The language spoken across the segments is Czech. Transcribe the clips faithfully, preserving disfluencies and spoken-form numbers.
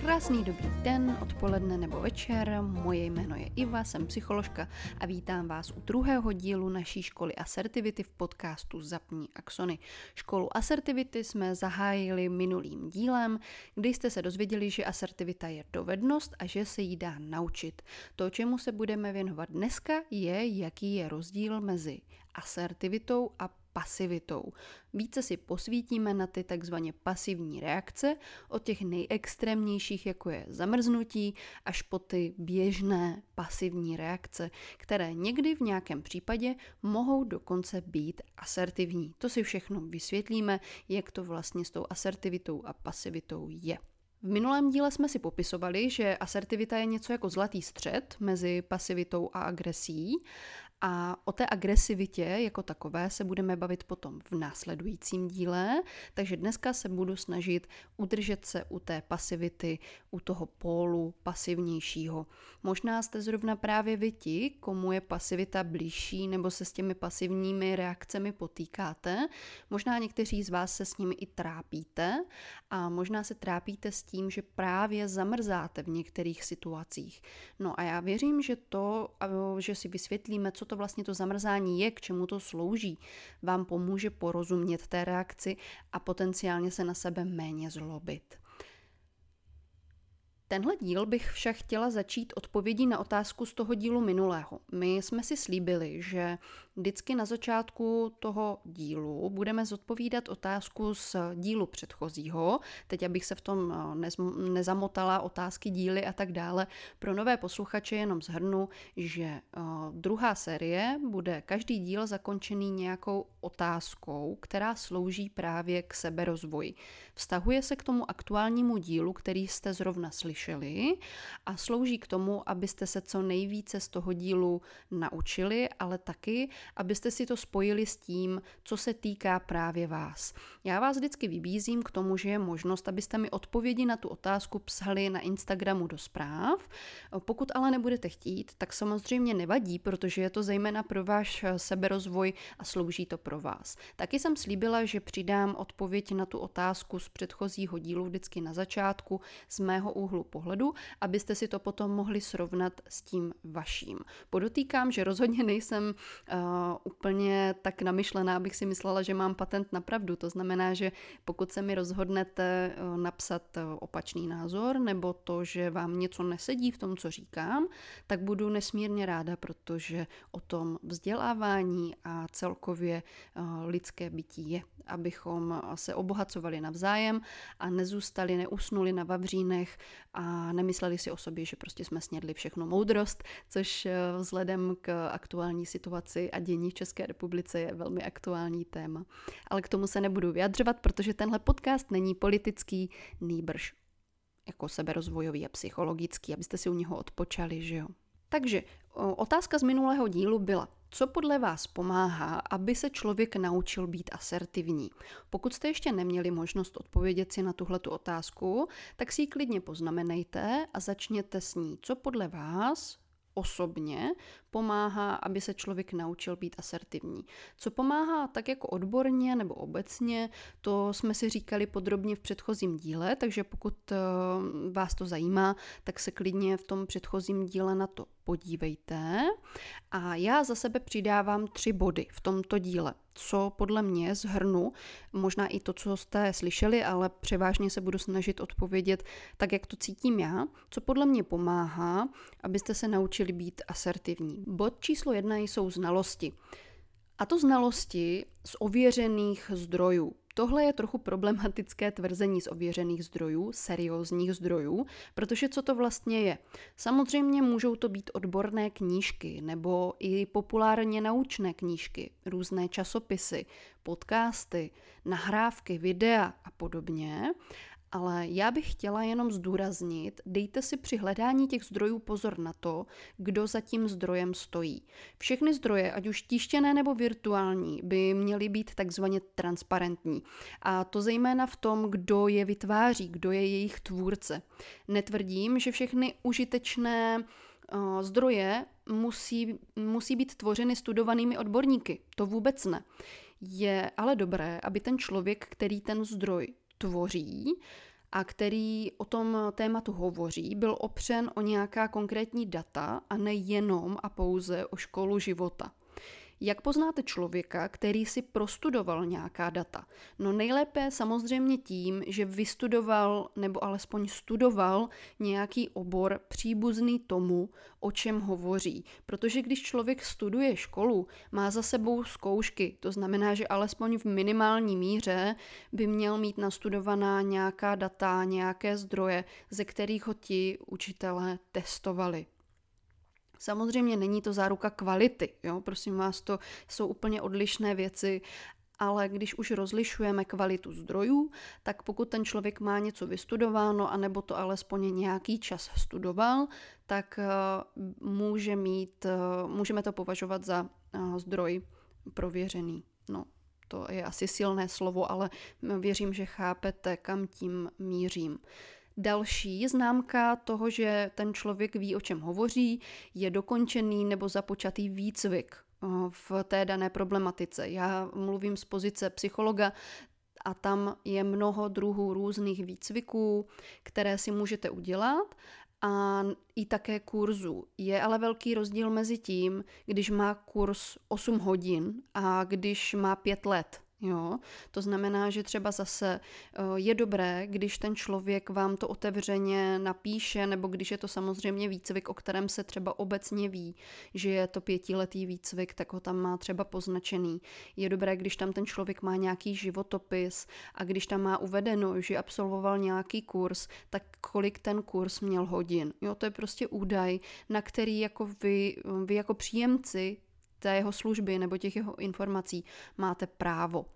Krásný dobrý den, odpoledne nebo večer, moje jméno je Iva, jsem psycholožka a vítám vás u druhého dílu naší školy asertivity v podcastu Zapni axony. Školu asertivity jsme zahájili minulým dílem, kdy jste se dozvěděli, že asertivita je dovednost a že se jí dá naučit. To, čemu se budeme věnovat dneska, je, jaký je rozdíl mezi asertivitou a pasivitou. Více si posvítíme na ty takzvaně pasivní reakce, od těch nejextrémnějších, jako je zamrznutí, až po ty běžné pasivní reakce, které někdy v nějakém případě mohou dokonce být asertivní. To si všechno vysvětlíme, jak to vlastně s tou asertivitou a pasivitou je. V minulém díle jsme si popisovali, že asertivita je něco jako zlatý střed mezi pasivitou a agresí a o té agresivitě jako takové se budeme bavit potom v následujícím díle, takže dneska se budu snažit udržet se u té pasivity, u toho pólu pasivnějšího. Možná jste zrovna právě vy ti, komu je pasivita blížší nebo se s těmi pasivními reakcemi potýkáte. Možná někteří z vás se s nimi i trápíte a možná se trápíte s tím, že právě zamrzáte v některých situacích. No a já věřím, že to, že si vysvětlíme, co to vlastně to zamrzání je, k čemu to slouží, vám pomůže porozumět té reakci a potenciálně se na sebe méně zlobit. Tenhle díl bych však chtěla začít odpovědí na otázku z toho dílu minulého. My jsme si slíbili, že vždycky na začátku toho dílu budeme zodpovídat otázku z dílu předchozího. Teď, abych se v tom nezamotala, otázky, díly a tak dále. Pro nové posluchače jenom shrnu, že druhá série bude každý díl zakončený nějakou otázkou, která slouží právě k seberozvoji. Vztahuje se k tomu aktuálnímu dílu, který jste zrovna slyšeli, a slouží k tomu, abyste se co nejvíce z toho dílu naučili, ale taky, abyste si to spojili s tím, co se týká právě vás. Já vás vždycky vybízím k tomu, že je možnost, abyste mi odpovědi na tu otázku psali na Instagramu do zpráv. Pokud ale nebudete chtít, tak samozřejmě nevadí, protože je to zejména pro váš seberozvoj a slouží to pro vás. Taky jsem slíbila, že přidám odpověď na tu otázku z předchozího dílu vždycky na začátku z mého úhlu pohledu, abyste si to potom mohli srovnat s tím vaším. Podotýkám, že rozhodně nejsem uh, úplně tak namyšlená, abych si myslela, že mám patent na pravdu. To znamená, že pokud se mi rozhodnete uh, napsat uh, opačný názor nebo to, že vám něco nesedí v tom, co říkám, tak budu nesmírně ráda, protože o tom vzdělávání a celkově uh, lidské bytí je, abychom se obohacovali navzájem a nezůstali, neusnuli na vavřínech a nemysleli si o sobě, že prostě jsme snědli všechno moudrost, což vzhledem k aktuální situaci a dění v České republice je velmi aktuální téma. Ale k tomu se nebudu vyjadřovat, protože tenhle podcast není politický, nýbrž jako seberozvojový a psychologický, abyste si u něho odpočali, že jo. Takže otázka z minulého dílu byla, co podle vás pomáhá, aby se člověk naučil být asertivní? Pokud jste ještě neměli možnost odpovědět si na tuhletu otázku, tak si ji klidně poznamenejte a začněte s ní. Co podle vás osobně pomáhá, aby se člověk naučil být asertivní? Co pomáhá tak jako odborně nebo obecně, to jsme si říkali podrobně v předchozím díle, takže pokud vás to zajímá, tak se klidně v tom předchozím díle na to podívejte. A já za sebe přidávám tři body v tomto díle, co podle mě shrnu, možná i to, co jste slyšeli, ale převážně se budu snažit odpovědět tak, jak to cítím já, co podle mě pomáhá, abyste se naučili být asertivní. Bod číslo jedna jsou znalosti. A to znalosti z ověřených zdrojů. Tohle je trochu problematické tvrzení z ověřených zdrojů, seriózních zdrojů, protože co to vlastně je? Samozřejmě můžou to být odborné knížky nebo i populárně naučné knížky, různé časopisy, podcasty, nahrávky, videa a podobně. Ale já bych chtěla jenom zdůraznit, dejte si při hledání těch zdrojů pozor na to, kdo za tím zdrojem stojí. Všechny zdroje, ať už tištěné nebo virtuální, by měly být takzvaně transparentní. A to zejména v tom, kdo je vytváří, kdo je jejich tvůrce. Netvrdím, že všechny užitečné uh, zdroje musí, musí být tvořeny studovanými odborníky. To vůbec ne. Je ale dobré, aby ten člověk, který ten zdroj tvoří, a který o tom tématu hovoří, byl opřen o nějaká konkrétní data a nejenom a pouze o školu života. Jak poznáte člověka, který si prostudoval nějaká data? No nejlépe samozřejmě tím, že vystudoval nebo alespoň studoval nějaký obor příbuzný tomu, o čem hovoří. Protože když člověk studuje školu, má za sebou zkoušky, to znamená, že alespoň v minimální míře by měl mít nastudovaná nějaká data, nějaké zdroje, ze kterých ho ti učitelé testovali. Samozřejmě není to záruka kvality, jo? Prosím vás, to jsou úplně odlišné věci, ale když už rozlišujeme kvalitu zdrojů, tak pokud ten člověk má něco vystudováno, anebo to alespoň nějaký čas studoval, tak může mít, můžeme to považovat za zdroj prověřený. No, to je asi silné slovo, ale věřím, že chápete, kam tím mířím. Další známka toho, že ten člověk ví, o čem hovoří, je dokončený nebo započatý výcvik v té dané problematice. Já mluvím z pozice psychologa a tam je mnoho druhů různých výcviků, které si můžete udělat a i také kurzů. Je ale velký rozdíl mezi tím, když má kurz osm hodin a když má pět let. Jo, to znamená, že třeba zase je dobré, když ten člověk vám to otevřeně napíše, nebo když je to samozřejmě výcvik, o kterém se třeba obecně ví, že je to pětiletý výcvik, tak ho tam má třeba poznačený. Je dobré, když tam ten člověk má nějaký životopis a když tam má uvedeno, že absolvoval nějaký kurz, tak kolik ten kurz měl hodin. Jo, to je prostě údaj, na který jako vy, vy jako příjemci té jeho služby nebo těch jeho informací máte právo.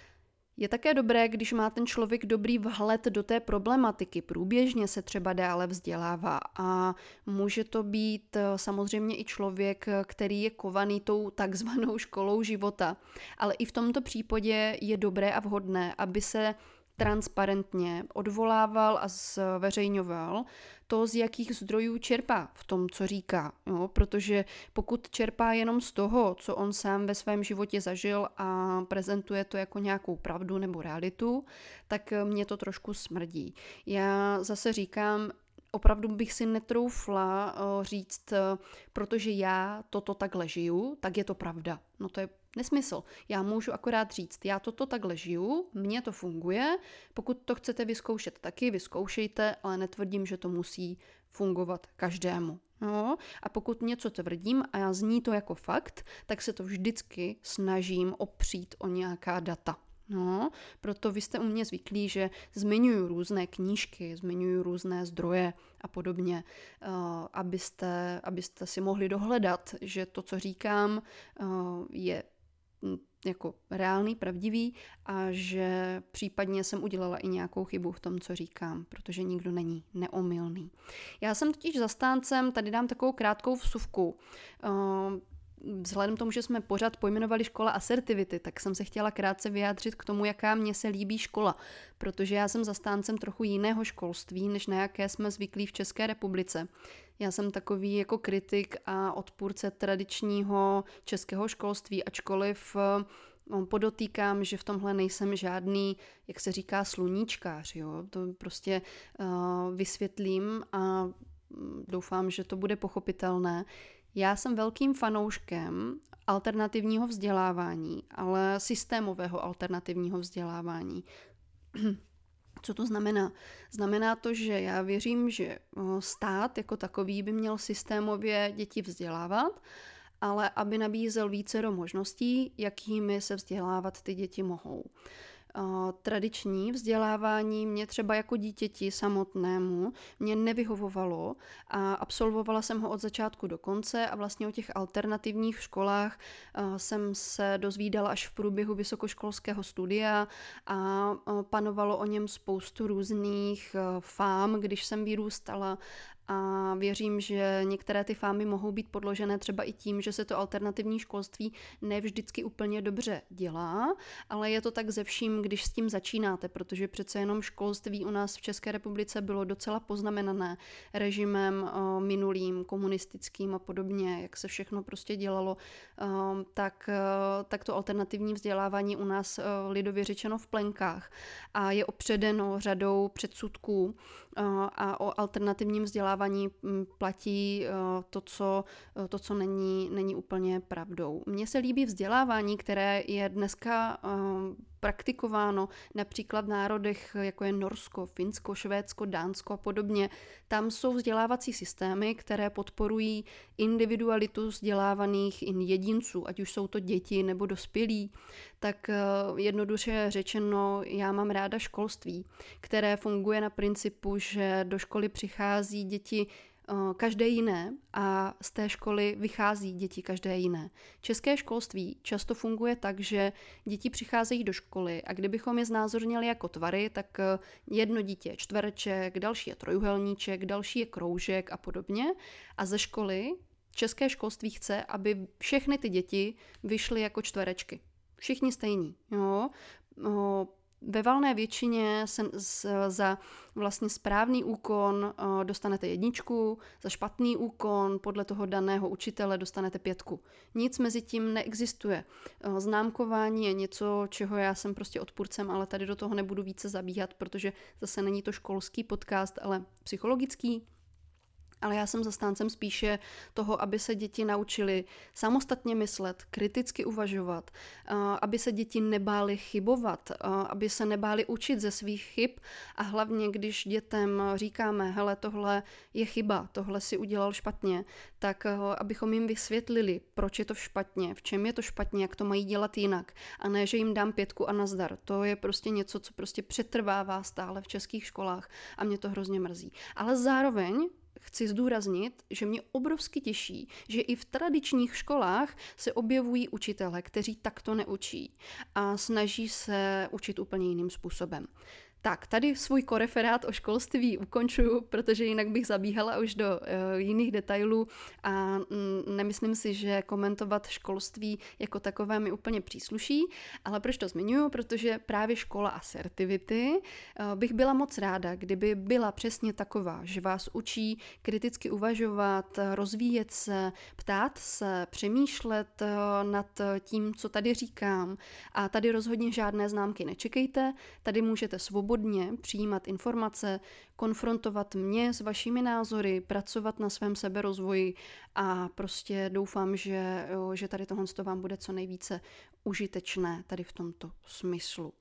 Je také dobré, když má ten člověk dobrý vhled do té problematiky, průběžně se třeba dále vzdělává a může to být samozřejmě i člověk, který je kovaný tou takzvanou školou života. Ale i v tomto případě je dobré a vhodné, aby se transparentně odvolával a zveřejňoval to, z jakých zdrojů čerpá v tom, co říká. Jo? Protože pokud čerpá jenom z toho, co on sám ve svém životě zažil a prezentuje to jako nějakou pravdu nebo realitu, tak mě to trošku smrdí. Já zase říkám, opravdu bych si netroufla říct, protože já toto takhle žiju, tak je to pravda. No to je nesmysl. Já můžu akorát říct, já toto takhle žiju, mně to funguje, pokud to chcete vyzkoušet taky, vyzkoušejte, ale netvrdím, že to musí fungovat každému. No, a pokud něco tvrdím a já zní to jako fakt, tak se to vždycky snažím opřít o nějaká data. No, proto vy jste u mě zvyklí, že zmiňuju různé knížky, zmiňuju různé zdroje a podobně, abyste, abyste si mohli dohledat, že to, co říkám, je jako reálný, pravdivý a že případně jsem udělala i nějakou chybu v tom, co říkám, protože nikdo není neomylný. Já jsem totiž zastáncem, tady dám takovou krátkou vsuvku, vzhledem k tomu, že jsme pořád pojmenovali škola asertivity, tak jsem se chtěla krátce vyjádřit k tomu, jaká mně se líbí škola, protože já jsem zastáncem trochu jiného školství, než na jaké jsme zvyklí v České republice. Já jsem takový jako kritik a odpůrce tradičního českého školství, ačkoliv podotýkám, že v tomhle nejsem žádný, jak se říká, sluníčkář. Jo? To prostě uh, vysvětlím a doufám, že to bude pochopitelné. Já jsem velkým fanouškem alternativního vzdělávání, ale systémového alternativního vzdělávání. Co to znamená? Znamená to, že já věřím, že stát jako takový by měl systémově děti vzdělávat, ale aby nabízel vícero možností, jakými se vzdělávat ty děti mohou. Tradiční vzdělávání mě třeba jako dítěti samotnému mě nevyhovovalo a absolvovala jsem ho od začátku do konce a vlastně o těch alternativních školách jsem se dozvídala až v průběhu vysokoškolského studia a panovalo o něm spoustu různých fám, když jsem vyrůstala. A věřím, že některé ty fámy mohou být podložené třeba i tím, že se to alternativní školství ne vždycky úplně dobře dělá, ale je to tak ze vším, tím, když s tím začínáte, protože přece jenom školství u nás v České republice bylo docela poznamenané režimem minulým, komunistickým a podobně, jak se všechno prostě dělalo, tak, tak to alternativní vzdělávání u nás lidově řečeno v plenkách a je opředeno řadou předsudků a o alternativním vzdělávání platí to, co, to, co není, není úplně pravdou. Mně se líbí vzdělávání, které je dneska praktikováno například v národech, jako je Norsko, Finsko, Švédsko, Dánsko a podobně. Tam jsou vzdělávací systémy, které podporují individualitu vzdělávaných jedinců, ať už jsou to děti nebo dospělí. Tak jednoduše řečeno, já mám ráda školství, které funguje na principu, že do školy přichází děti každé jiné a z té školy vychází děti každé jiné. České školství často funguje tak, že děti přicházejí do školy a kdybychom je znázornili jako tvary, tak jedno dítě je čtvereček, další je trojuhelníček, další je kroužek a podobně. A ze školy české školství chce, aby všechny ty děti vyšly jako čtverečky. Všichni stejní. Jo? Ve valné většině se za vlastně správný úkon dostanete jedničku, za špatný úkon podle toho daného učitele dostanete pětku. Nic mezi tím neexistuje. Známkování je něco, čeho já jsem prostě odpůrcem, ale tady do toho nebudu více zabíhat, protože zase není to školský podcast, ale psychologický. Ale já jsem zastáncem spíše toho, aby se děti naučily samostatně myslet, kriticky uvažovat, aby se děti nebály chybovat, aby se nebály učit ze svých chyb a hlavně, když dětem říkáme, hele, tohle je chyba, tohle si udělal špatně, tak abychom jim vysvětlili, proč je to špatně, v čem je to špatně, jak to mají dělat jinak a ne, že jim dám pětku a nazdar. To je prostě něco, co prostě přetrvává stále v českých školách a mě to hrozně mrzí. Ale zároveň chci zdůraznit, že mě obrovsky těší, že i v tradičních školách se objevují učitelé, kteří takto neučí a snaží se učit úplně jiným způsobem. Tak, tady svůj koreferát o školství ukončuju, protože jinak bych zabíhala už do uh, jiných detailů a mm, nemyslím si, že komentovat školství jako takové mi úplně přísluší, ale proč to zmiňuji? Protože právě škola asertivity uh, bych byla moc ráda, kdyby byla přesně taková, že vás učí kriticky uvažovat, rozvíjet se, ptát se, přemýšlet uh, nad tím, co tady říkám a tady rozhodně žádné známky nečekejte, tady můžete svobodně přijímat informace, konfrontovat mě s vašimi názory, pracovat na svém seberozvoji a prostě doufám, že, jo, že tady tohle vám bude co nejvíce užitečné tady v tomto smyslu.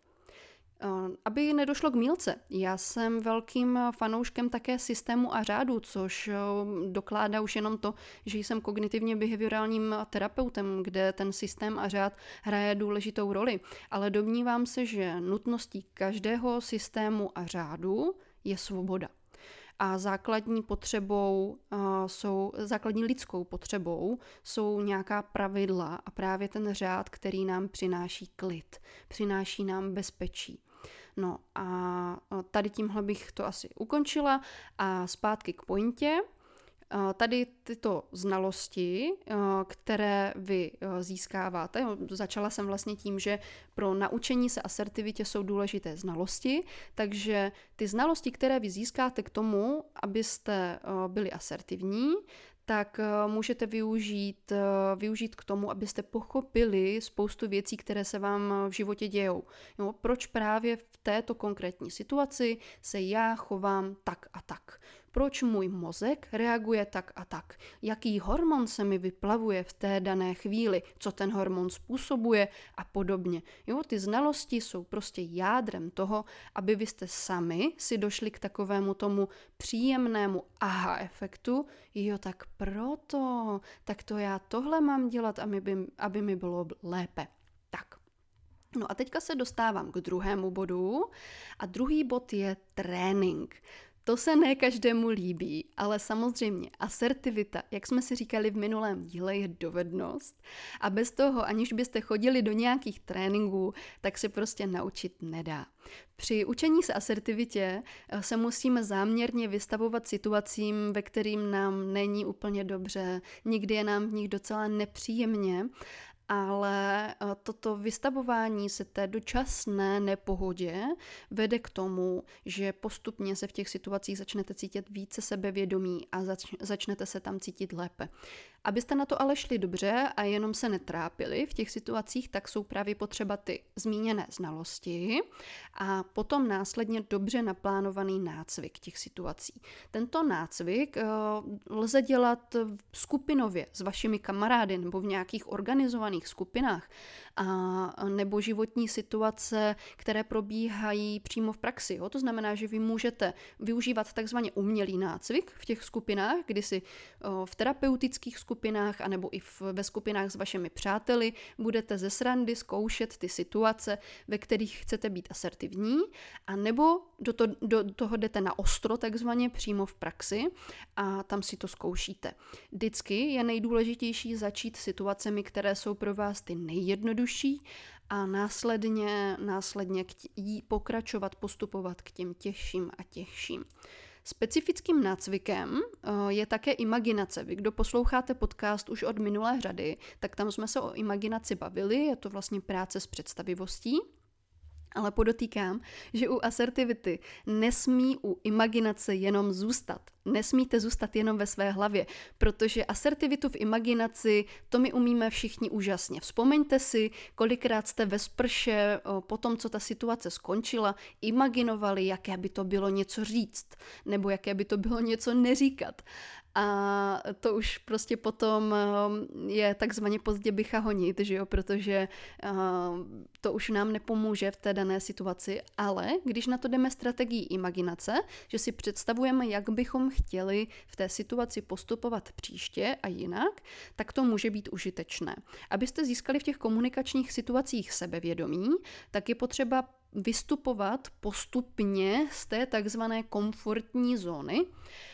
Aby nedošlo k mýlce, já jsem velkým fanouškem také systému a řádu, což dokládá už jenom to, že jsem kognitivně behaviorálním terapeutem, kde ten systém a řád hraje důležitou roli. Ale domnívám se, že nutností každého systému a řádu je svoboda. A základní potřebou uh, jsou, základní lidskou potřebou jsou nějaká pravidla a právě ten řád, který nám přináší klid, přináší nám bezpečí. No a tady tímhle bych to asi ukončila a zpátky k pointě. Tady tyto znalosti, které vy získáváte, začala jsem vlastně tím, že pro naučení se asertivitě jsou důležité znalosti, takže ty znalosti, které vy získáte k tomu, abyste byli asertivní, tak můžete využít, využít k tomu, abyste pochopili spoustu věcí, které se vám v životě dějou. Jo, proč právě v této konkrétní situaci se já chovám tak a tak. Proč můj mozek reaguje tak a tak. Jaký hormon se mi vyplavuje v té dané chvíli, co ten hormon způsobuje a podobně. Jo, ty znalosti jsou prostě jádrem toho, aby vy jste sami si došli k takovému tomu příjemnému aha efektu. Jo, tak proto, tak to já tohle mám dělat, aby, by, aby mi bylo lépe. Tak. No a teďka se dostávám k druhému bodu a druhý bod je trénink. To se ne každému líbí, ale samozřejmě asertivita, jak jsme si říkali v minulém díle, je dovednost a bez toho, aniž byste chodili do nějakých tréninků, tak se prostě naučit nedá. Při učení se asertivitě se musíme záměrně vystavovat situacím, ve kterým nám není úplně dobře, někdy je nám v nich docela nepříjemně ale toto vystavování se té dočasné nepohodě vede k tomu, že postupně se v těch situacích začnete cítit více sebevědomí a zač- začnete se tam cítit lépe. Abyste na to ale šli dobře a jenom se netrápili v těch situacích, tak jsou právě potřeba ty zmíněné znalosti a potom následně dobře naplánovaný nácvik těch situací. Tento nácvik uh, lze dělat skupinově s vašimi kamarády nebo v nějakých organizovaných skupinách a nebo životní situace, které probíhají přímo v praxi. Jo? To znamená, že vy můžete využívat takzvaně umělý nácvik v těch skupinách, kdy si uh, v terapeutických skupinách anebo i v, ve skupinách s vašimi přáteli budete ze srandy zkoušet ty situace, ve kterých chcete být asertivní, a nebo do, to, do toho jdete na ostro takzvaně přímo v praxi a tam si to zkoušíte. Vždycky je nejdůležitější začít situacemi, které jsou pro vás ty nejjednodušší a následně, následně k tí, pokračovat, postupovat k těm těžším a těžším. Specifickým nácvikem je také imaginace. Vy, kdo posloucháte podcast už od minulé řady, tak tam jsme se o imaginaci bavili, je to vlastně práce s představivostí. Ale podotýkám, že u asertivity nesmí u imaginace jenom zůstat. Nesmíte zůstat jenom ve své hlavě, protože asertivitu v imaginaci, to my umíme všichni úžasně. Vzpomeňte si, kolikrát jste ve sprše po tom, co ta situace skončila, imaginovali, jaké by to bylo něco říct, nebo jaké by to bylo něco neříkat. A to už prostě potom je takzvaně pozdě bycha honit, že jo? Protože to už nám nepomůže v té dané situaci, ale když na to jdeme strategií imaginace, že si představujeme, jak bychom chtěli v té situaci postupovat příště a jinak, tak to může být užitečné. Abyste získali v těch komunikačních situacích sebevědomí, tak je potřeba vystupovat postupně z té takzvané komfortní zóny,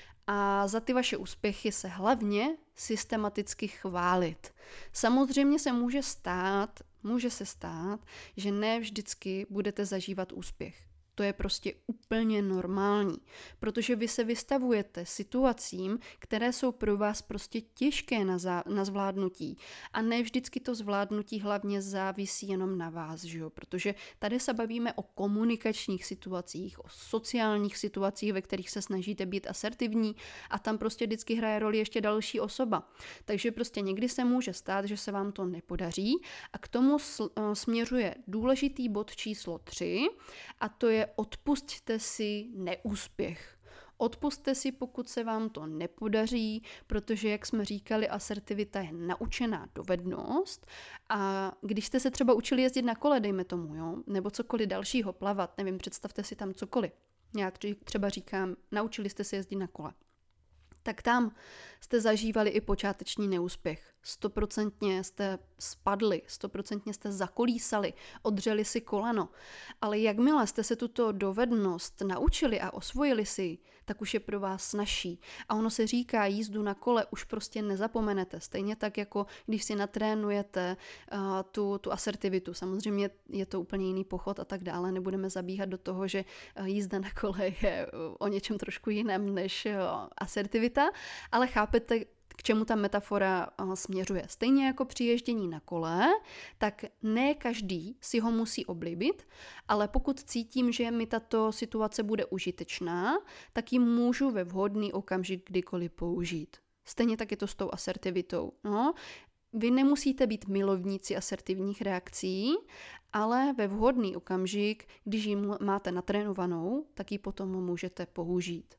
a za ty vaše úspěchy se hlavně systematicky chválit. Samozřejmě se může stát, může se stát, že ne vždycky budete zažívat úspěch. To je prostě úplně normální, protože vy se vystavujete situacím, které jsou pro vás prostě těžké na, zá, na zvládnutí. A ne vždycky to zvládnutí hlavně závisí jenom na vás, že jo? Protože tady se bavíme o komunikačních situacích, o sociálních situacích, ve kterých se snažíte být asertivní a tam prostě vždycky hraje roli ještě další osoba. Takže prostě někdy se může stát, že se vám to nepodaří a k tomu sl- směřuje důležitý bod číslo tři a to je odpusťte si neúspěch. Odpusťte si, pokud se vám to nepodaří, protože, jak jsme říkali, asertivita je naučená dovednost a když jste se třeba učili jezdit na kole, dejme tomu, jo, nebo cokoliv dalšího, plavat, nevím, představte si tam cokoliv. Já třeba říkám, naučili jste se jezdit na kole. Tak tam jste zažívali i počáteční neúspěch. Stoprocentně jste spadli, stoprocentně jste zakolísali, odřeli si koleno. Ale jakmile jste se tuto dovednost naučili a osvojili si, tak už je pro vás snazší. A ono se říká, jízdu na kole už prostě nezapomenete. Stejně tak, jako když si natrénujete uh, tu, tu asertivitu. Samozřejmě je to úplně jiný pochod a tak dále. Nebudeme zabíhat do toho, že uh, jízda na kole je uh, o něčem trošku jiném než uh, asertivita, ale chápete, k čemu ta metafora uh, směřuje. Stejně jako při ježdění na kole, tak ne každý si ho musí oblíbit, ale pokud cítím, že mi tato situace bude užitečná, tak ji můžu ve vhodný okamžik kdykoliv použít. Stejně tak je to s tou asertivitou. No, vy nemusíte být milovníci asertivních reakcí, ale ve vhodný okamžik, když ji máte natrénovanou, tak ji potom můžete použít.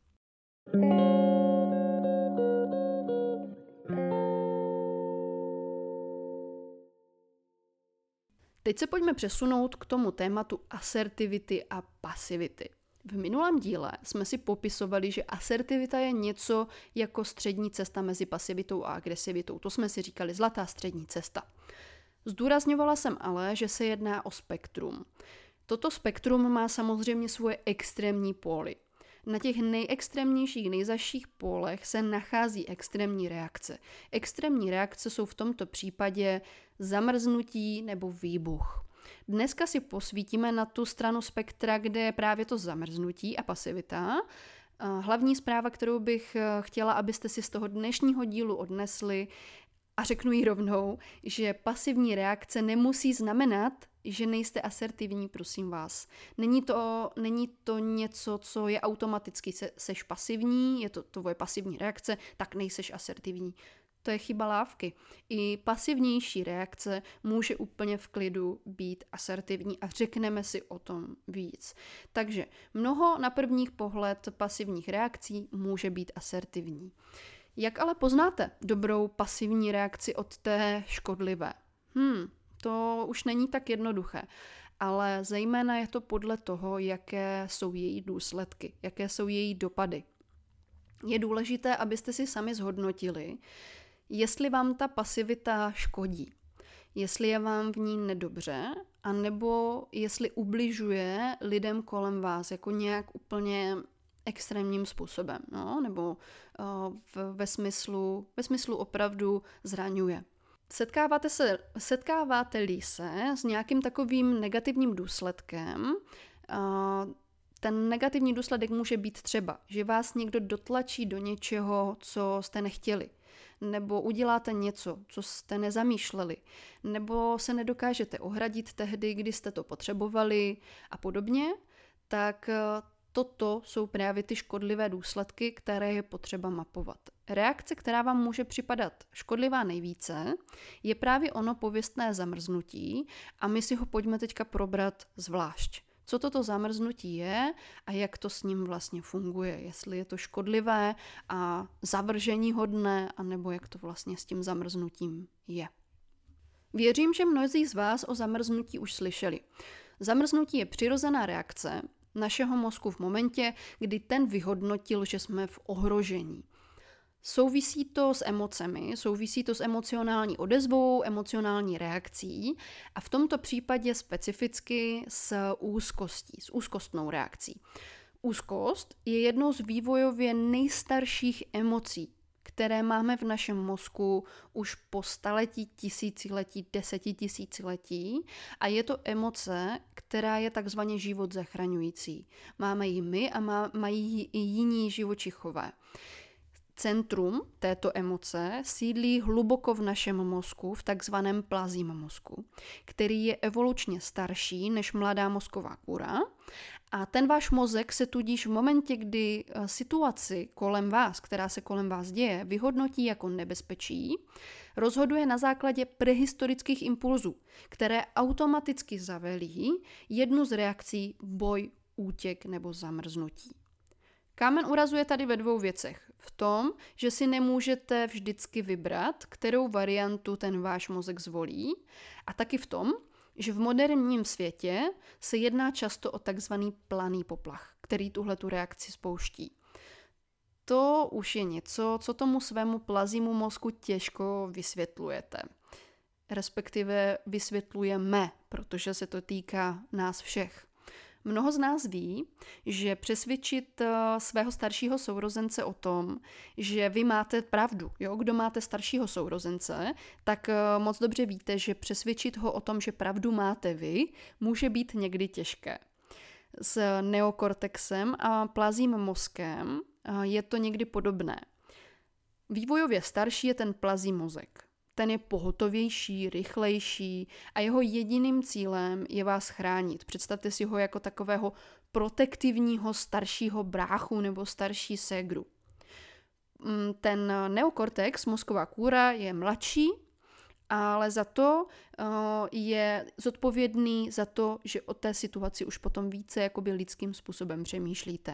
Teď se pojďme přesunout k tomu tématu asertivity a pasivity. V minulém díle jsme si popisovali, že asertivita je něco jako střední cesta mezi pasivitou a agresivitou. To jsme si říkali zlatá střední cesta. Zdůrazňovala jsem ale, že se jedná o spektrum. Toto spektrum má samozřejmě svoje extrémní póly. Na těch nejextrémnějších, nejzaších pólech se nachází extrémní reakce. Extrémní reakce jsou v tomto případě zamrznutí nebo výbuch. Dneska si posvítíme na tu stranu spektra, kde je právě to zamrznutí a pasivita. Hlavní zpráva, kterou bych chtěla, abyste si z toho dnešního dílu odnesli, A řeknu jí rovnou, že pasivní reakce nemusí znamenat, že nejste asertivní, prosím vás. Není to, není to něco, co je automaticky, se, seš pasivní, je to tvoje pasivní reakce, tak nejseš asertivní. To je chyba lávky. I pasivnější reakce může úplně v klidu být asertivní a řekneme si o tom víc. Takže mnoho na první pohled pasivních reakcí může být asertivní. Jak ale poznáte dobrou pasivní reakci od té škodlivé? Hmm, to už není tak jednoduché, ale zejména je to podle toho, jaké jsou její důsledky, jaké jsou její dopady. Je důležité, abyste si sami zhodnotili, jestli vám ta pasivita škodí, jestli je vám v ní nedobře, anebo jestli ubližuje lidem kolem vás jako nějak úplně extrémním způsobem, no? Nebo uh, v, ve, smyslu, ve smyslu opravdu zraňuje. Setkáváte se, setkáváte-li se s nějakým takovým negativním důsledkem, uh, ten negativní důsledek může být třeba, že vás někdo dotlačí do něčeho, co jste nechtěli, nebo uděláte něco, co jste nezamýšleli, nebo se nedokážete ohradit tehdy, kdy jste to potřebovali a podobně, tak toto jsou právě ty škodlivé důsledky, které je potřeba mapovat. Reakce, která vám může připadat škodlivá nejvíce, je právě ono pověstné zamrznutí a my si ho pojďme teďka probrat zvlášť. Co toto zamrznutí je a jak to s ním vlastně funguje, jestli je to škodlivé a zavrženíhodné, anebo jak to vlastně s tím zamrznutím je. Věřím, že mnozí z vás o zamrznutí už slyšeli. Zamrznutí je přirozená reakce našeho mozku v momentě, kdy ten vyhodnotil, že jsme v ohrožení. Souvisí to s emocemi, souvisí to s emocionální odezvou, emocionální reakcí a v tomto případě specificky s úzkostí, s úzkostnou reakcí. Úzkost je jednou z vývojově nejstarších emocí, které máme v našem mozku už po staletí, tisíciletí, desetitisíciletí a je to emoce, která je takzvaně život zachraňující. Máme ji my a má, mají ji i jiní živočichové. Centrum této emoce sídlí hluboko v našem mozku, v takzvaném plazím mozku, který je evolučně starší než mladá mozková kůra. A ten váš mozek se tudíž v momentě, kdy situaci kolem vás, která se kolem vás děje, vyhodnotí jako nebezpečí, rozhoduje na základě prehistorických impulzů, které automaticky zavelí jednu z reakcí boj, útěk nebo zamrznutí. Kámen urazuje tady ve dvou věcech. V tom, že si nemůžete vždycky vybrat, kterou variantu ten váš mozek zvolí, a taky v tom, že v moderním světě se jedná často o takzvaný planý poplach, který tuhletu reakci spouští. To už je něco, co tomu svému plazímu mozku těžko vysvětlujete. Respektive vysvětlujeme, protože se to týká nás všech. Mnoho z nás ví, že přesvědčit svého staršího sourozence o tom, že vy máte pravdu, jo? Kdo máte staršího sourozence, tak moc dobře víte, že přesvědčit ho o tom, že pravdu máte vy, může být někdy těžké. S neokortexem a plazím mozkem je to někdy podobné. Vývojově starší je ten plazí mozek. Ten je pohotovější, rychlejší a jeho jediným cílem je vás chránit. Představte si ho jako takového protektivního staršího bráchu nebo starší ségru. Ten neokortex, mozková kůra, je mladší, ale za to je zodpovědný za to, že o té situaci už potom více jakoby lidským způsobem přemýšlíte.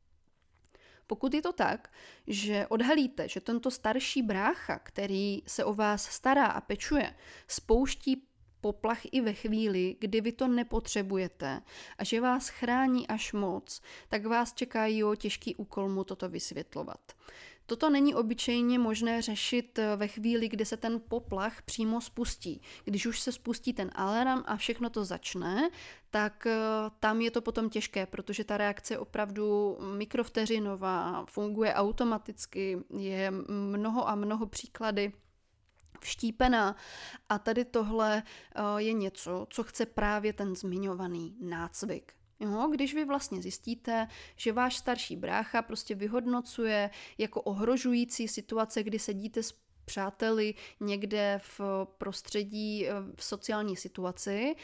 Pokud je to tak, že odhalíte, že tento starší brácha, který se o vás stará a pečuje, spouští poplach i ve chvíli, kdy vy to nepotřebujete a že vás chrání až moc, tak vás čeká jo těžký úkol mu toto vysvětlovat. Toto není obyčejně možné řešit ve chvíli, kdy se ten poplach přímo spustí. Když už se spustí ten alarm a všechno to začne, tak tam je to potom těžké, protože ta reakce je opravdu mikrovteřinová, funguje automaticky, je mnoho a mnoho příklady vštípená a tady tohle je něco, co chce právě ten zmiňovaný nácvik. Jo, když vy vlastně zjistíte, že váš starší brácha prostě vyhodnocuje jako ohrožující situace, kdy sedíte přáteli někde v prostředí, v sociální situaci.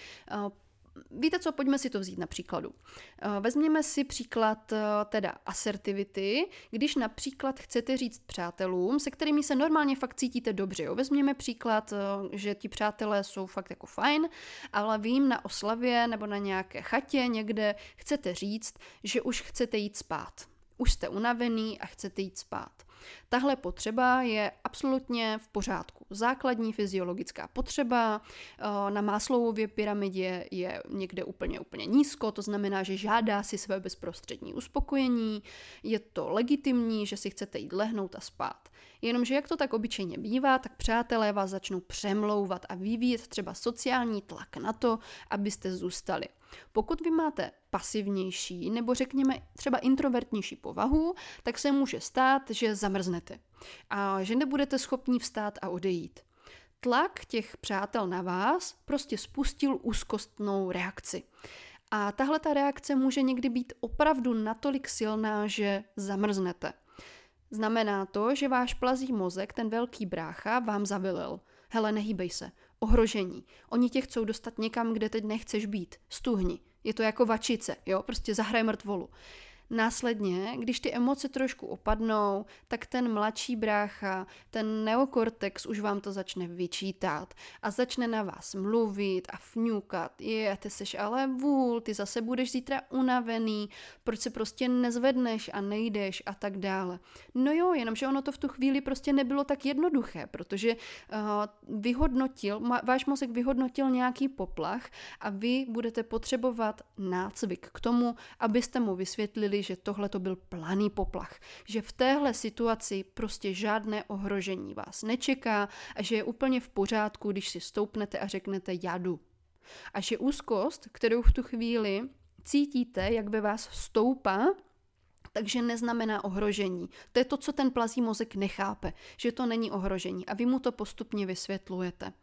Víte co, pojďme si to vzít na příkladu. Vezměme si příklad teda asertivity, když například chcete říct přátelům, se kterými se normálně fakt cítíte dobře. Jo? Vezměme příklad, že ti přátelé jsou fakt jako fajn, ale vy jim na oslavě nebo na nějaké chatě někde chcete říct, že už chcete jít spát. Už jste unavený a chcete jít spát. Tahle potřeba je absolutně v pořádku. Základní fyziologická potřeba na Maslowově pyramidě je někde úplně, úplně nízko, to znamená, že žádá si své bezprostřední uspokojení, je to legitimní, že si chcete jít lehnout a spát. Jenomže jak to tak obyčejně bývá, tak přátelé vás začnou přemlouvat a vyvíjet třeba sociální tlak na to, abyste zůstali. Pokud vy máte pasivnější nebo řekněme třeba introvertnější povahu, tak se může stát, že zamrznete a že nebudete schopni vstát a odejít. Tlak těch přátel na vás prostě spustil úzkostnou reakci. A tahle ta reakce může někdy být opravdu natolik silná, že zamrznete. Znamená to, že váš plazí mozek, ten velký brácha, vám zavelel. Hele, nehýbej se. Ohrožení. Oni tě chcou dostat někam, kde teď nechceš být. Stuhni. Je to jako vačice, jo? Prostě zahraj mrtvolu. Následně, když ty emoce trošku opadnou, tak ten mladší brácha, ten neokortex už vám to začne vyčítat a začne na vás mluvit a fňukat. Je, ty seš ale vůl, ty zase budeš zítra unavený, proč se prostě nezvedneš a nejdeš a tak dále. No jo, jenomže ono to v tu chvíli prostě nebylo tak jednoduché, protože uh, vyhodnotil, váš mozek vyhodnotil nějaký poplach a vy budete potřebovat nácvik k tomu, abyste mu vysvětlili, že tohle to byl planý poplach, že v téhle situaci prostě žádné ohrožení vás nečeká a že je úplně v pořádku, když si stoupnete a řeknete já jdu. A že úzkost, kterou v tu chvíli cítíte, jak ve vás stoupá, takže neznamená ohrožení. To je to, co ten plazí mozek nechápe, že to není ohrožení a vy mu to postupně vysvětlujete.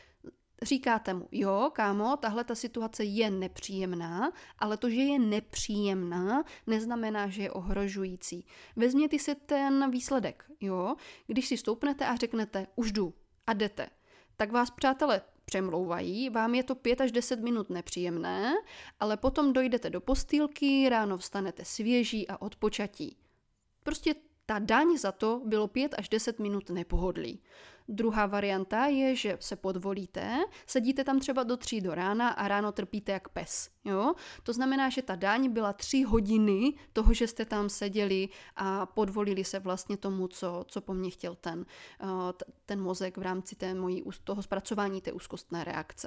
Říkáte mu, jo, kámo, tahle ta situace je nepříjemná, ale to, že je nepříjemná, neznamená, že je ohrožující. Vezměte si ten výsledek, jo, když si stoupnete a řeknete, už jdu a jdete, tak vás přátelé přemlouvají, vám je to pět až deset minut nepříjemné, ale potom dojdete do postýlky, ráno vstanete svěží a odpočatí. Prostě ta daň za to bylo pět až deset minut nepohodlí. Druhá varianta je, že se podvolíte, sedíte tam třeba do tří do rána a ráno trpíte jak pes. Jo? To znamená, že ta daň byla tři hodiny toho, že jste tam seděli a podvolili se vlastně tomu, co, co po mně chtěl ten, ten mozek v rámci té mojí, toho zpracování té úzkostné reakce.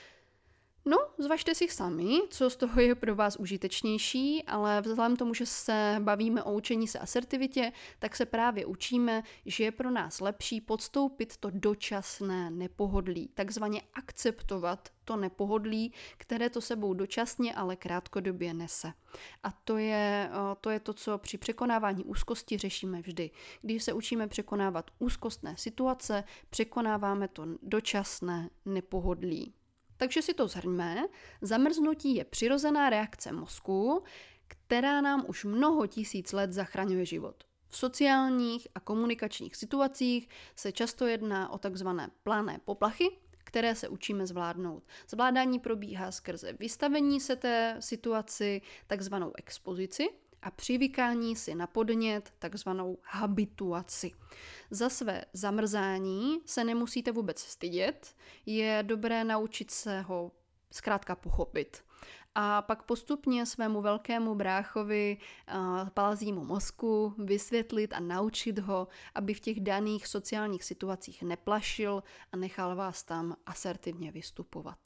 No, zvažte si sami, co z toho je pro vás užitečnější, ale vzhledem tomu, že se bavíme o učení se asertivitě, tak se právě učíme, že je pro nás lepší podstoupit to dočasné nepohodlí, takzvaně akceptovat to nepohodlí, které to sebou dočasně, ale krátkodobě nese. A to je, to je to, co při překonávání úzkosti řešíme vždy. Když se učíme překonávat úzkostné situace, překonáváme to dočasné nepohodlí. Takže si to shrňme, zamrznutí je přirozená reakce mozku, která nám už mnoho tisíc let zachraňuje život. V sociálních a komunikačních situacích se často jedná o takzvané plané poplachy, které se učíme zvládnout. Zvládání probíhá skrze vystavení se té situaci, takzvanou expozici, a přivykání si na podnět, takzvanou habituaci. Za své zamrzání se nemusíte vůbec stydět, je dobré naučit se ho zkrátka pochopit. A pak postupně svému velkému bráchovi, plazímu mozku vysvětlit a naučit ho, aby v těch daných sociálních situacích neplašil a nechal vás tam asertivně vystupovat.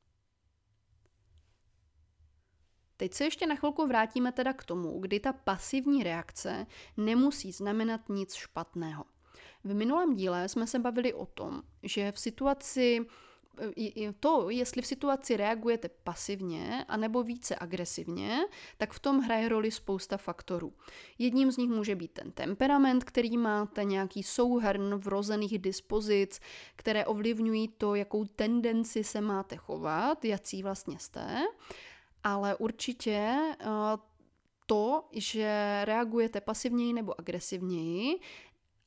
Teď se ještě na chvilku vrátíme teda k tomu, kdy ta pasivní reakce nemusí znamenat nic špatného. V minulém díle jsme se bavili o tom, že v situaci, to, jestli v situaci reagujete pasivně anebo více agresivně, tak v tom hraje roli spousta faktorů. Jedním z nich může být ten temperament, který máte, nějaký souhrn vrozených dispozic, které ovlivňují to, jakou tendenci se máte chovat, jací vlastně jste. Ale určitě to, že reagujete pasivněji nebo agresivněji,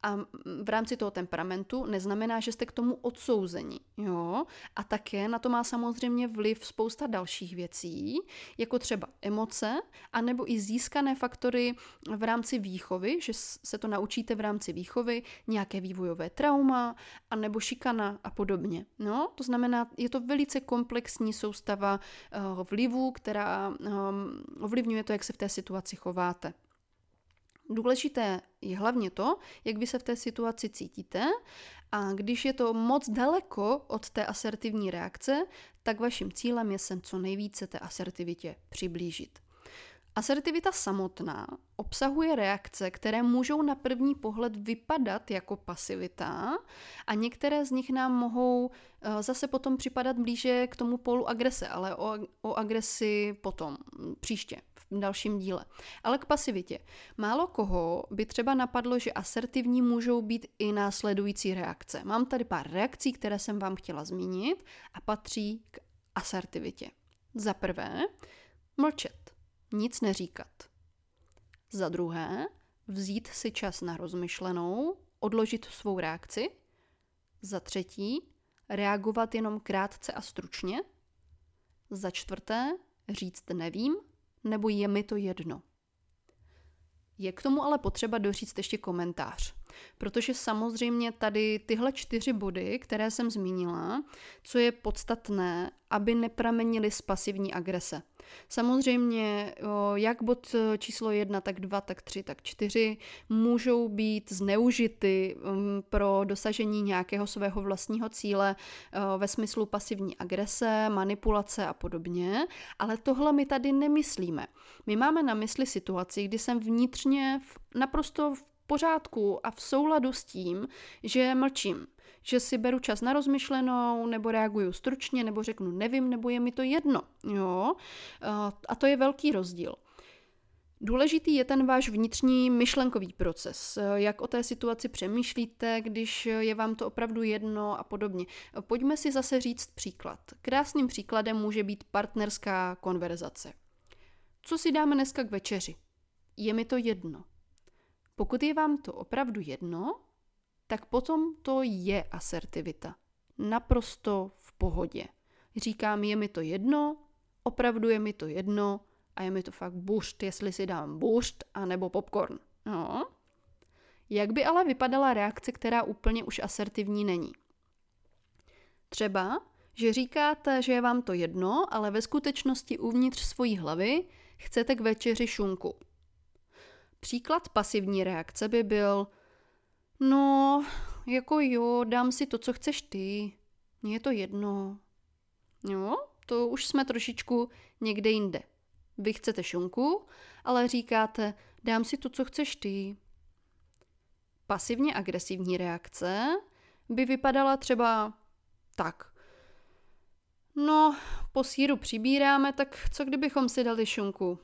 A v rámci toho temperamentu neznamená, že jste k tomu odsouzeni. Jo? A také na to má samozřejmě vliv spousta dalších věcí, jako třeba emoce, anebo i získané faktory v rámci výchovy, že se to naučíte v rámci výchovy, nějaké vývojové trauma, anebo šikana a podobně. No? To znamená, je to velice komplexní soustava uh, vlivů, která um, ovlivňuje to, jak se v té situaci chováte. Důležité je hlavně to, jak vy se v té situaci cítíte, a když je to moc daleko od té asertivní reakce, tak vaším cílem je se co nejvíce té asertivitě přiblížit. Asertivita samotná obsahuje reakce, které můžou na první pohled vypadat jako pasivita a některé z nich nám mohou zase potom připadat blíže k tomu pólu agrese, ale o, o agresi potom, příště, v dalším díle. Ale k pasivitě. Málo koho by třeba napadlo, že asertivní můžou být i následující reakce. Mám tady pár reakcí, které jsem vám chtěla zmínit a patří k asertivitě. Za prvé, mlčet. Nic neříkat. Za druhé, vzít si čas na rozmyšlenou, odložit svou reakci. Za třetí, reagovat jenom krátce a stručně. Za čtvrté, říct nevím, nebo je mi to jedno. Je k tomu ale potřeba doříct ještě komentář, protože samozřejmě tady tyhle čtyři body, které jsem zmínila, co je podstatné, aby nepramenily z pasivní agrese. Samozřejmě jak bod číslo jedna, tak dva, tak tři, tak čtyři můžou být zneužity pro dosažení nějakého svého vlastního cíle ve smyslu pasivní agrese, manipulace a podobně, ale tohle my tady nemyslíme. My máme na mysli situaci, kdy jsem vnitřně naprosto v pořádku a v souladu s tím, že mlčím, že si beru čas na rozmyšlenou, nebo reaguju stručně, nebo řeknu nevím, nebo je mi to jedno. Jo? A to je velký rozdíl. Důležitý je ten váš vnitřní myšlenkový proces, jak o té situaci přemýšlíte, když je vám to opravdu jedno a podobně. Pojďme si zase říct příklad. Krásným příkladem může být partnerská konverzace. Co si dáme dneska k večeři? Je mi to jedno. Pokud je vám to opravdu jedno, tak potom to je asertivita. Naprosto v pohodě. Říkám, je mi to jedno, opravdu je mi to jedno a je mi to fakt bušt, jestli si dám bušt anebo popcorn. No. Jak by ale vypadala reakce, která úplně už asertivní není? Třeba, že říkáte, že je vám to jedno, ale ve skutečnosti uvnitř svojí hlavy chcete k večeři šunku. Příklad pasivní reakce by byl: no, jako jo, dám si to, co chceš ty. Mně je to jedno. Jo, to už jsme trošičku někde jinde. Vy chcete šunku, ale říkáte, dám si to, co chceš ty. Pasivně agresivní reakce by vypadala třeba tak. No, po sýru přibíráme, tak co kdybychom si dali šunku?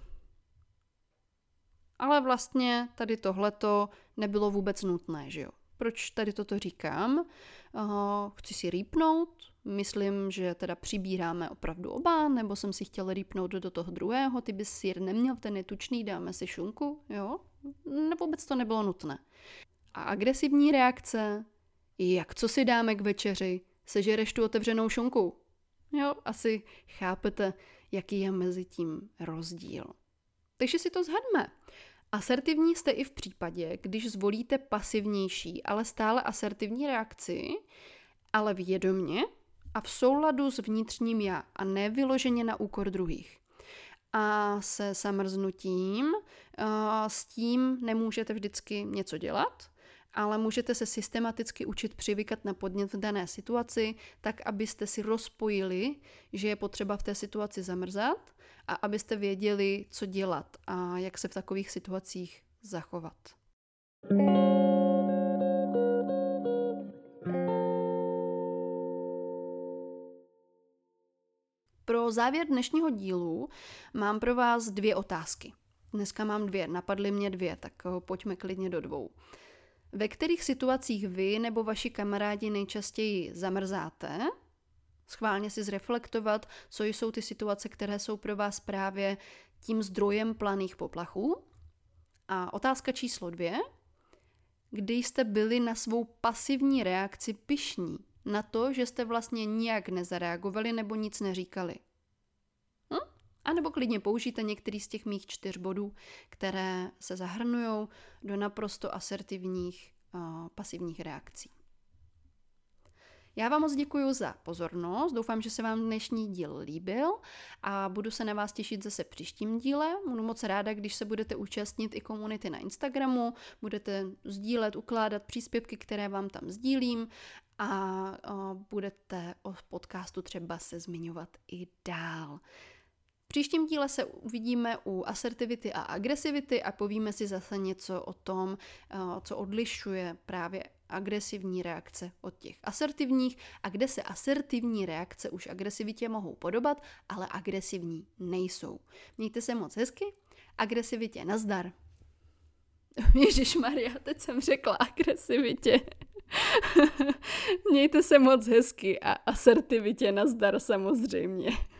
Ale vlastně tady tohleto nebylo vůbec nutné, že jo? Proč tady toto říkám? Uh, chci si rýpnout, myslím, že teda přibíráme opravdu oba, nebo jsem si chtěla rýpnout do toho druhého, ty bys sýr neměl, ten je tučný, dáme si šunku, jo? Ne, vůbec to nebylo nutné. A agresivní reakce, jak co si dáme k večeři, sežereš tu otevřenou šunku. Jo, asi chápete, jaký je mezi tím rozdíl. Takže si to shrňme. Asertivní jste i v případě, když zvolíte pasivnější, ale stále asertivní reakci, ale vědomě a v souladu s vnitřním já a ne vyloženě na úkor druhých. A se zamrznutím, s tím nemůžete vždycky něco dělat, ale můžete se systematicky učit přivykat na podnět v dané situaci, tak abyste si rozpojili, že je potřeba v té situaci zamrzat a abyste věděli, co dělat a jak se v takových situacích zachovat. Pro závěr dnešního dílu mám pro vás dvě otázky. Dneska mám dvě, napadly mě dvě, tak pojďme klidně do dvou. Ve kterých situacích vy nebo vaši kamarádi nejčastěji zamrzáte? Schválně si zreflektovat, co jsou ty situace, které jsou pro vás právě tím zdrojem planých poplachů. A otázka číslo dvě. kdy jste byli na svou pasivní reakci pyšní, na to, že jste vlastně nijak nezareagovali nebo nic neříkali. Hm? A nebo klidně použijte některý z těch mých čtyř bodů, které se zahrnujou do naprosto asertivních uh, pasivních reakcí. Já vám moc děkuji za pozornost, doufám, že se vám dnešní díl líbil a budu se na vás těšit zase v příštím díle. Budu moc ráda, když se budete účastnit i komunity na Instagramu, budete sdílet, ukládat příspěvky, které vám tam sdílím a uh, budete o podcastu třeba se zmiňovat i dál. V příštím díle se uvidíme u asertivity a agresivity a povíme si zase něco o tom, co odlišuje právě agresivní reakce od těch asertivních a kde se asertivní reakce už agresivitě mohou podobat, ale agresivní nejsou. Mějte se moc hezky, agresivitě nazdar. Ježišmarja, teď jsem řekla agresivitě. Mějte se moc hezky a asertivitě nazdar samozřejmě.